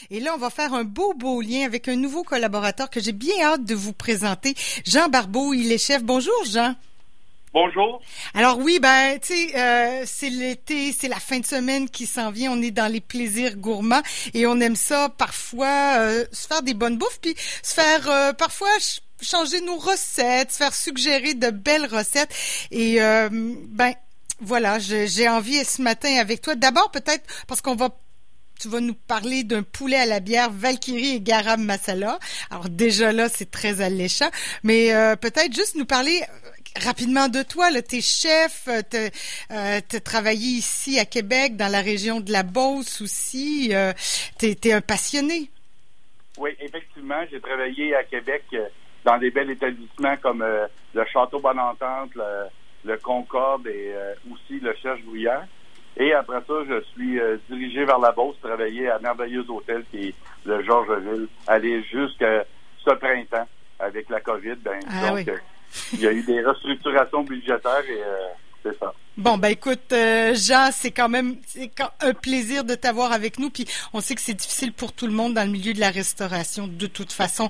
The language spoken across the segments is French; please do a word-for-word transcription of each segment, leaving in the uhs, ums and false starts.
Et là, on va faire un beau, beau lien avec un nouveau collaborateur que j'ai bien hâte de vous présenter, Jean Barbeau. Il est chef. Bonjour, Jean. Bonjour. Alors oui, ben, tu sais, euh, c'est l'été, c'est la fin de semaine qui s'en vient. On est dans les plaisirs gourmands et on aime ça parfois, euh, se faire des bonnes bouffes, puis se faire euh, parfois ch- changer nos recettes, se faire suggérer de belles recettes. Et euh, ben, voilà, je, j'ai envie ce matin avec toi. D'abord, peut-être parce qu'on va tu vas nous parler d'un poulet à la bière Valkyrie et garam masala. Alors déjà là, c'est très alléchant, mais euh, peut-être juste nous parler rapidement de toi. Là, t'es chef, t'as, euh, t'as travaillé ici à Québec, dans la région de la Beauce aussi. Euh, t'es, t'es un passionné. Oui, effectivement, j'ai travaillé à Québec euh, dans des bels établissements comme euh, le Château Bonne-Entente, le, le Concorde et euh, aussi le Cherche-Bruyère. Et après ça, je suis euh, dirigé vers la Beauce, travailler à Merveilleux Hôtel, qui est le Georgeville, aller jusqu'à ce printemps avec la COVID. Ben, ah, donc, oui. euh, il y a eu des restructurations budgétaires et euh, c'est ça. Bon, ben écoute, euh, Jean, c'est quand même c'est un plaisir de t'avoir avec nous. Puis on sait que c'est difficile pour tout le monde dans le milieu de la restauration. De toute façon,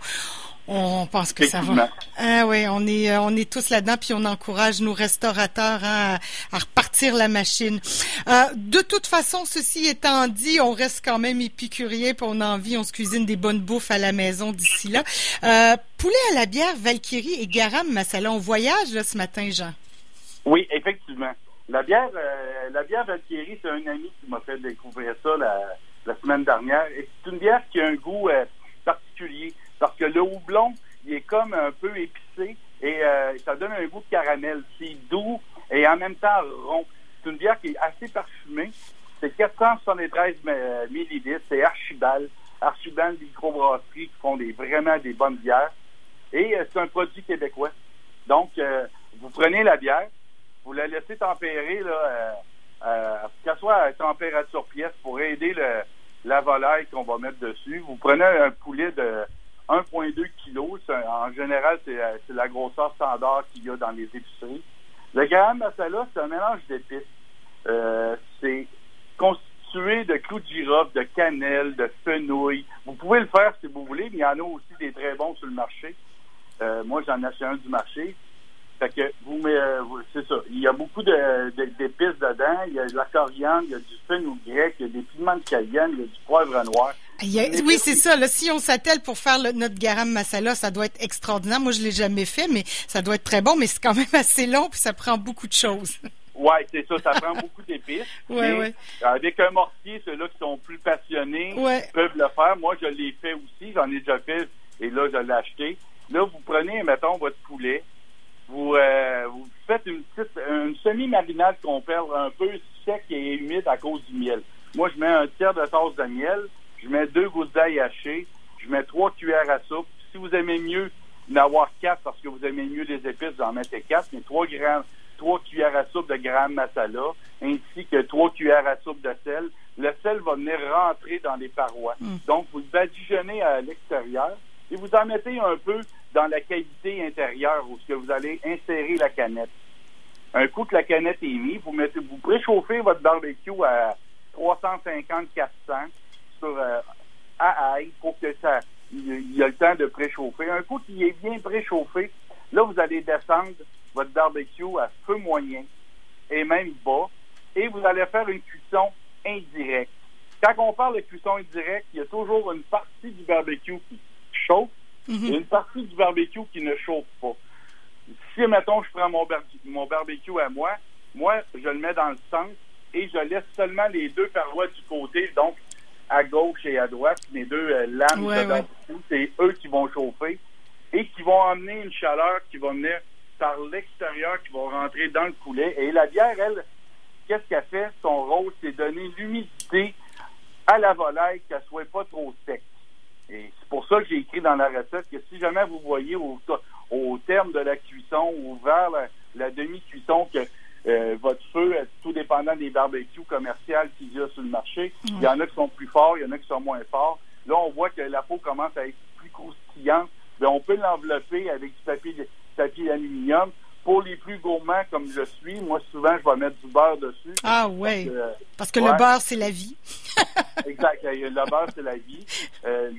on pense que ça va. Ah oui, on est on est tous là-dedans, puis on encourage nos restaurateurs hein, à, à repartir la machine. Euh, de toute façon, ceci étant dit, on reste quand même épicurien, puis on a envie, on se cuisine des bonnes bouffes à la maison d'ici là. Euh, poulet à la bière, Valkyrie et garam masala. On voyage là ce matin, Jean. Oui, effectivement. La bière, euh, la bière Valkyrie, c'est un ami qui m'a fait découvrir ça la, la semaine dernière. Et c'est une bière qui a un goût euh, particulier. Parce que le houblon, il est comme un peu épicé et euh, ça donne un goût de caramel. C'est doux et en même temps rond. C'est une bière qui est assez parfumée. C'est quatre cent soixante-treize millilitres. C'est Archibald. Archibald microbrasserie qui font des, vraiment des bonnes bières. Et euh, c'est un produit québécois. Donc, euh, vous prenez la bière, vous la laissez tempérer, là, euh, euh, qu'elle soit à température pièce pour aider le, la volaille qu'on va mettre dessus. Vous prenez un poulet de un virgule deux kilos. C'est, en général, c'est, c'est la grosseur standard qu'il y a dans les épiceries. Le garam masala, c'est un mélange d'épices. Euh, c'est constitué de clous de girofle, de cannelle, de fenouil. Vous pouvez le faire si vous voulez, mais il y en a aussi des très bons sur le marché. Euh, moi, j'en ai acheté un du marché. Fait que vous, mais, euh, c'est ça. Il y a beaucoup de, de, d'épices dedans. Il y a de la coriandre, il y a du fenouil grec, il y a des piments de cayenne, il y a du poivre noir. Il y a, oui, c'est ça. Là, si on s'attelle pour faire le, notre garam masala, ça doit être extraordinaire. Moi, je l'ai jamais fait, mais ça doit être très bon. Mais c'est quand même assez long, puis ça prend beaucoup de choses. Oui, c'est ça. Ça prend beaucoup d'épices. Ouais, ouais. Avec un mortier, ceux-là qui sont plus passionnés ouais. peuvent le faire. Moi, je l'ai fait aussi. J'en ai déjà fait et là, je l'ai acheté. Là, vous prenez, mettons, votre poulet. Vous, euh, vous faites une petite, une semi-marinade qu'on perd un peu sec et humide à cause du miel. Moi, je mets un tiers de tasse de miel, je mets deux gousses d'ail hachées, je mets trois cuillères à soupe. Si vous aimez mieux d'en avoir quatre parce que vous aimez mieux les épices, vous en mettez quatre, mais trois grammes, trois cuillères à soupe de garam masala, ainsi que trois cuillères à soupe de sel. Le sel va venir rentrer dans les parois. Mm. Donc, vous le badigeonnez à l'extérieur et vous en mettez un peu dans la cavité intérieure où ce que vous allez insérer la canette. Un coup que la canette est mise, vous mettez, vous préchauffez votre barbecue à trois cent cinquante à quatre cents sur euh, à ail pour que ça il y a le temps de préchauffer. Un coup qu'il est bien préchauffé, là vous allez descendre votre barbecue à feu moyen et même bas et vous allez faire une cuisson indirecte. Quand on parle de cuisson indirecte, il y a toujours une partie du barbecue qui chauffe. Mm-hmm. Il y a une partie du barbecue qui ne chauffe pas. Si, mettons, je prends mon, bar- mon barbecue à moi, moi, je le mets dans le centre et je laisse seulement les deux parois du côté, donc à gauche et à droite, les deux euh, lames ouais, de barbecue, ouais. c'est eux qui vont chauffer et qui vont emmener une chaleur qui va venir par l'extérieur, qui va rentrer dans le poulet. Et la bière, elle, qu'est-ce qu'elle fait? Son rôle, c'est donner l'humidité à la volaille, qu'elle soit pas trop sec. Et c'est pour ça que j'ai écrit dans la recette que si jamais vous voyez au, au terme de la cuisson ou vers la, la demi-cuisson que euh, votre feu, tout dépendant des barbecues commerciales qu'il y a sur le marché, mmh. il y en a qui sont plus forts, il y en a qui sont moins forts. Là, on voit que la peau commence à être plus croustillante. Bien, on peut l'envelopper avec du papier, papier d'aluminium pour les plus gourmands comme je suis, moi, souvent, je vais mettre du beurre dessus. Ah ouais, parce que, parce que ouais. le beurre, c'est la vie. Exact, le beurre, c'est la vie. Euh,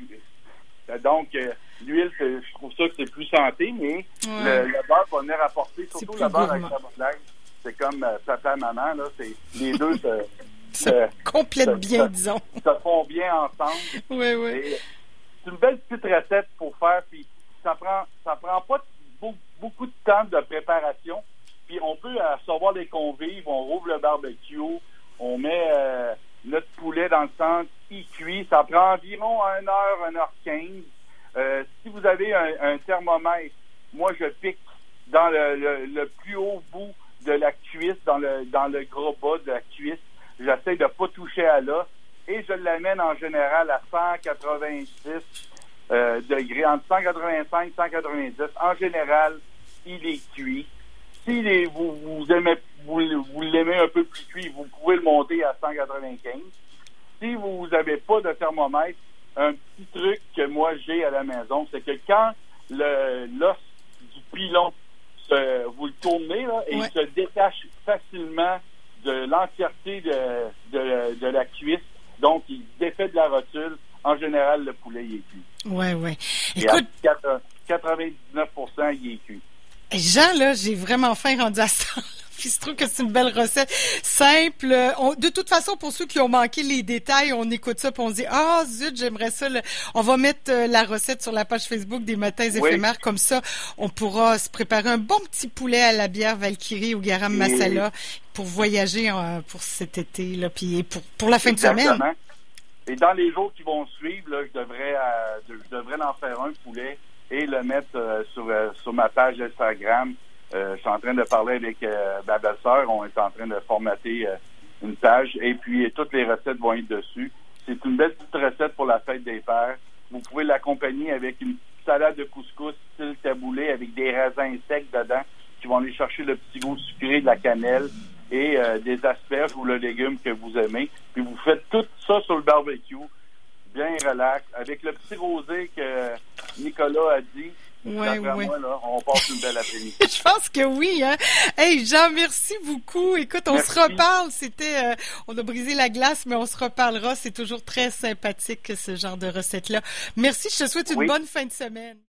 donc, euh, l'huile, je trouve ça que c'est plus santé, mais ouais. le, le beurre va venir apporter, surtout le beurre avec la blague. C'est comme euh, papa, maman, là, c'est, les deux se, se complètent bien, se, disons. Se font bien ensemble. Oui, oui. C'est une belle petite recette pour faire, puis ça prend, ça prend pas beaucoup, beaucoup de temps de préparation, puis on peut euh, recevoir des convives, on rouvre le barbecue, on met euh, notre poulet dans le centre, il cuit, ça prend environ une heure, une heure quinze. Euh, si vous avez un, un thermomètre, moi je pique dans le, le, le plus haut bout de la cuisse, dans le dans le gros bas de la cuisse. J'essaie de pas toucher à l'os et je l'amène en général à cent quatre-vingt-six euh, degrés, entre cent quatre-vingt-cinq et cent quatre-vingt-dix. En général, il est cuit. Si les, vous, vous aimez vous, vous l'aimez un peu plus cuit, vous pouvez le monter à cent quatre-vingt-quinze. Si vous n'avez pas de thermomètre, un petit truc que moi j'ai à la maison, c'est que quand le l'os du pilon se, vous le tournez là, et ouais. il se détache facilement de l'entièreté de, de, de la cuisse, donc il se défait de la rotule. En général, le poulet il est cuit. Ouais, ouais. Et écoute, à quatre-vingt-dix-neuf pour cent il est cuit. Jean, là, j'ai vraiment faim rendu à ça. Puis je trouve que c'est une belle recette simple. On, de toute façon, pour ceux qui ont manqué les détails, on écoute ça puis on se dit ah zut, j'aimerais ça. Le... On va mettre euh, la recette sur la page Facebook des Matins oui. éphémères, comme ça, on pourra se préparer un bon petit poulet à la bière Valkyrie ou garam masala pour voyager euh, pour cet été là, puis pour pour la fin Exactement. de semaine. Et dans les jours qui vont suivre, là, je devrais euh, je devrais en faire un poulet et le mettre euh, sur euh, sur ma page Instagram. Euh, je suis en train de parler avec euh, ma belle-sœur. On est en train de formater euh, une page et puis toutes les recettes vont être dessus. C'est une belle petite recette pour la fête des pères. Vous pouvez l'accompagner avec une salade de couscous style taboulé avec des raisins secs dedans qui vont aller chercher le petit goût sucré de la cannelle et euh, des asperges ou le légume que vous aimez. Puis vous faites tout ça sur le barbecue, bien relax, avec le petit rosé que Nicolas a dit. Oui, oui. Moi, là, on passe une belle après-midi. Je pense que oui, hein. Hey, Jean, merci beaucoup. Écoute, on merci. se reparle. C'était, euh, on a brisé la glace, mais on se reparlera. C'est toujours très sympathique, ce genre de recette-là. Merci. Je te souhaite une oui. bonne fin de semaine.